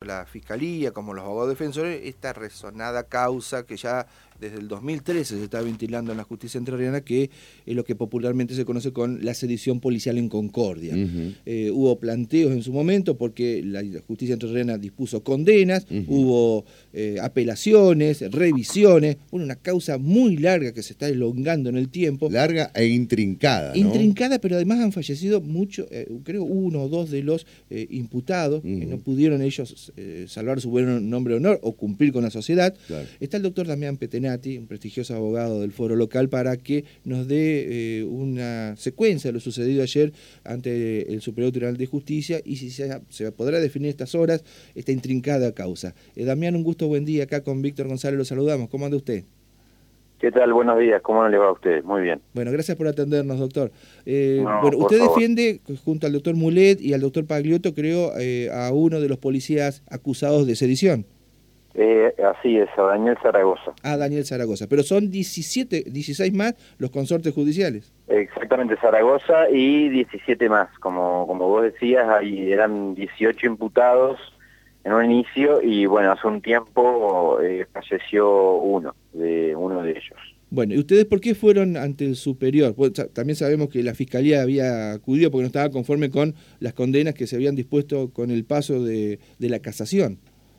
la Fiscalía como los abogados defensores esta resonada causa que ya desde el 2013 se está ventilando en la justicia entrerriana, que es lo que popularmente se conoce con la sedición policial en Concordia. Hubo planteos en su momento porque la justicia entrerriana dispuso condenas, hubo apelaciones, revisiones, una causa muy larga que se está elongando en el tiempo. Larga e intrincada, ¿no? Intrincada, pero además han fallecido muchos, creo 1 o 2 de los imputados, que no pudieron ellos salvar su buen nombre y honor o cumplir con la sociedad. Claro. Está el doctor Damián Petenati, un prestigioso abogado del Foro Local, para que nos dé una secuencia de lo sucedido ayer ante el Superior Tribunal de Justicia y si se podrá definir estas horas esta intrincada causa. Damián, un gusto, buen día. Acá con Víctor González lo saludamos. ¿Cómo anda usted? ¿Qué tal? Buenos días. ¿Cómo le va a usted? Muy bien. Bueno, gracias por atendernos, doctor. Bueno, usted defiende, junto al doctor Mulet y al doctor Pagliotto, creo, a uno de los policías acusados de sedición. Así es, a Daniel Zaragoza. A Daniel Zaragoza, pero son 16 más los consortes judiciales. Exactamente, Zaragoza y 17 más. Como vos decías, ahí eran 18 imputados en un inicio y bueno, hace un tiempo falleció uno de ellos. Bueno, ¿y ustedes por qué fueron ante el superior? Pues, también sabemos que la Fiscalía había acudido porque no estaba conforme con las condenas que se habían dispuesto con el paso de la casación.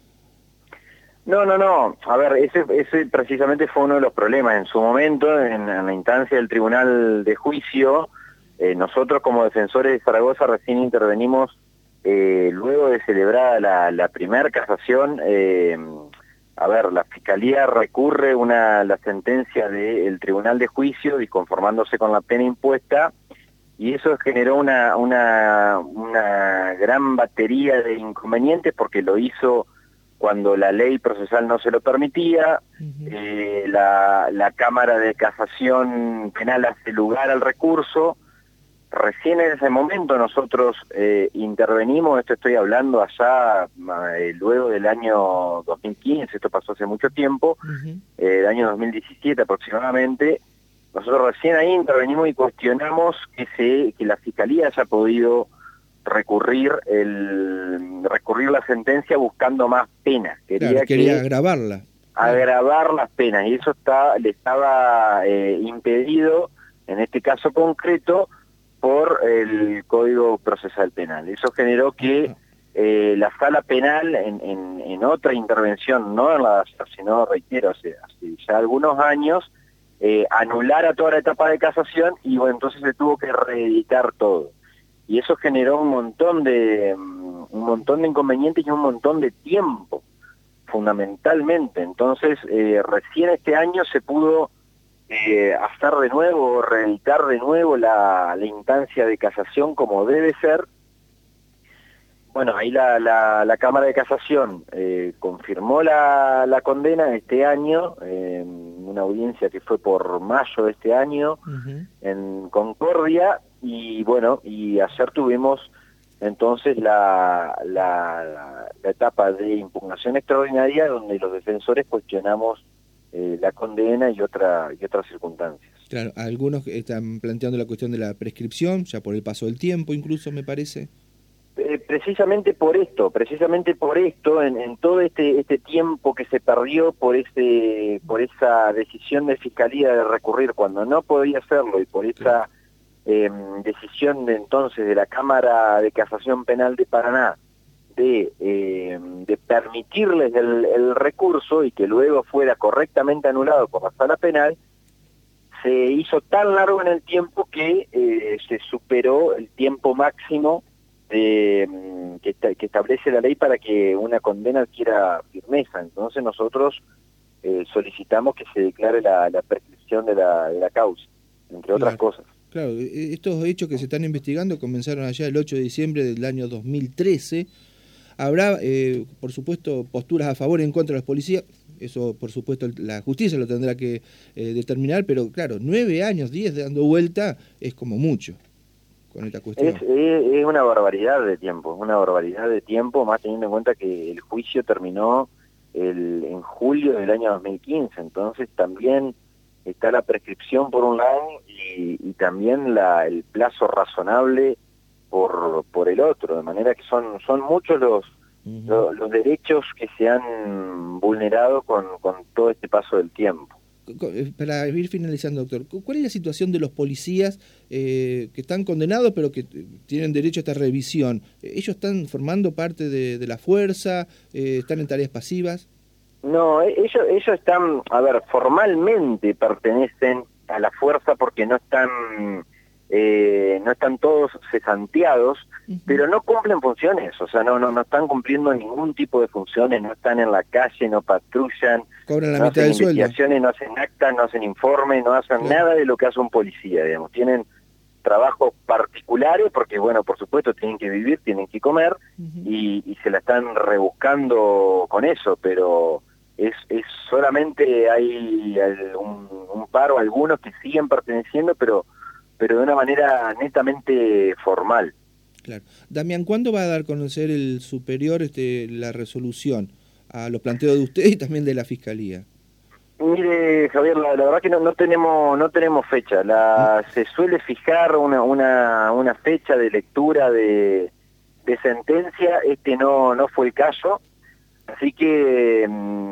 No. A ver, ese precisamente fue uno de los problemas. En su momento, en la instancia del Tribunal de Juicio, nosotros como defensores de Zaragoza recién intervenimos luego de celebrada la primera casación. A ver, la Fiscalía recurre la sentencia del Tribunal de Juicio disconformándose con la pena impuesta y eso generó una gran batería de inconvenientes porque lo hizo cuando la ley procesal no se lo permitía. La Cámara de Casación Penal hace lugar al recurso. Recién en ese momento nosotros intervenimos, esto estoy hablando allá luego del año 2015, esto pasó hace mucho tiempo, el año 2017 aproximadamente. Nosotros recién ahí intervenimos y cuestionamos que la Fiscalía haya podido recurrir la sentencia buscando más penas. Quería agravarla. Agravar las penas, y eso le estaba impedido, en este caso concreto, por el Código Procesal Penal. Eso generó que la Sala Penal, en otra intervención, no en la sino, reitero, hace ya algunos años, anulara toda la etapa de casación y bueno, entonces se tuvo que reeditar todo. Y eso generó un montón de inconvenientes y un montón de tiempo, fundamentalmente. Entonces, recién este año se pudo hacer de nuevo, reeditar de nuevo la instancia de casación como debe ser. Bueno, ahí la Cámara de Casación confirmó la condena este año, una audiencia que fue por mayo de este año, en Concordia, y bueno, y ayer tuvimos entonces la etapa de impugnación extraordinaria donde los defensores cuestionamos la condena y otras circunstancias. Claro, algunos están planteando la cuestión de la prescripción, ya por el paso del tiempo incluso, me parece. Precisamente por esto, en todo este tiempo que se perdió por esa decisión de Fiscalía de recurrir cuando no podía hacerlo y por esa decisión de entonces de la Cámara de Casación Penal de Paraná de permitirles el recurso y que luego fuera correctamente anulado por la Sala Penal, se hizo tan largo en el tiempo que se superó el tiempo máximo que establece la ley para que una condena adquiera firmeza. Entonces nosotros solicitamos que se declare la prescripción de la causa, entre otras cosas. Claro, estos hechos que se están investigando comenzaron allá el 8 de diciembre del año 2013. Habrá, por supuesto, posturas a favor y en contra de los policías. Eso, por supuesto, la justicia lo tendrá que determinar, pero claro, 9 años, 10 dando vuelta es como mucho con esta cuestión. Es una barbaridad de tiempo, más teniendo en cuenta que el juicio terminó en julio del año 2015, entonces también está la prescripción por un lado y también el plazo razonable por el otro, de manera que son muchos los derechos que se han vulnerado con todo este paso del tiempo. Para ir finalizando, doctor, ¿cuál es la situación de los policías que están condenados pero que tienen derecho a esta revisión? ¿Ellos están formando parte de la fuerza? ¿Están en tareas pasivas? No, ellos están, a ver, formalmente pertenecen a la fuerza porque no están todos cesanteados, pero no cumplen funciones, o sea, no están cumpliendo ningún tipo de funciones, no están en la calle, no patrullan, cobran la no mitad hacen del sueldo, investigaciones, no hacen actas, no hacen informes, no hacen nada de lo que hace un policía, digamos. Tienen trabajos particulares porque, bueno, por supuesto tienen que vivir, tienen que comer y se la están rebuscando con eso, pero es solamente hay un par o algunos que siguen perteneciendo, pero de una manera netamente formal. Claro. Damián, ¿cuándo va a dar a conocer el superior la resolución a los planteos de usted y también de la Fiscalía? Mire, Javier, la verdad que no tenemos fecha. Se suele fijar una fecha de lectura de sentencia. No fue el caso, así que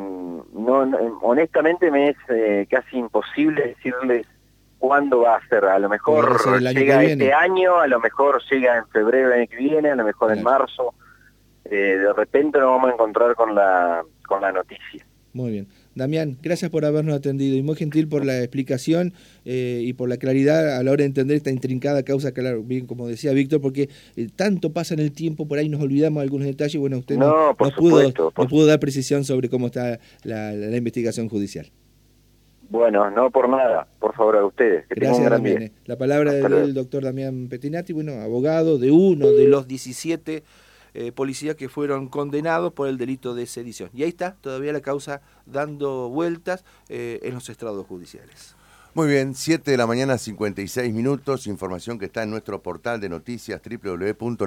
honestamente me es casi imposible decirles cuándo va a ser. A lo mejor llega este año, a lo mejor llega en febrero del año que viene, a lo mejor en marzo. De repente nos vamos a encontrar con la noticia. Muy bien. Damián, gracias por habernos atendido y muy gentil por la explicación y por la claridad a la hora de entender esta intrincada causa, claro, bien como decía Víctor, porque tanto pasa en el tiempo, por ahí nos olvidamos de algunos detalles. Bueno, usted nos pudo dar precisión sobre cómo está la investigación judicial. Bueno, no por nada, por favor a ustedes. Que gracias, Damián. La palabra del doctor Damián Pettinati, bueno, abogado de uno de los 17 policías que fueron condenados por el delito de sedición. Y ahí está todavía la causa dando vueltas en los estrados judiciales. Muy bien, 7 de la mañana, 56 minutos, información que está en nuestro portal de noticias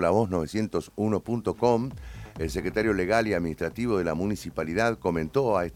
www.lavoz901.com. El secretario legal y administrativo de la municipalidad comentó a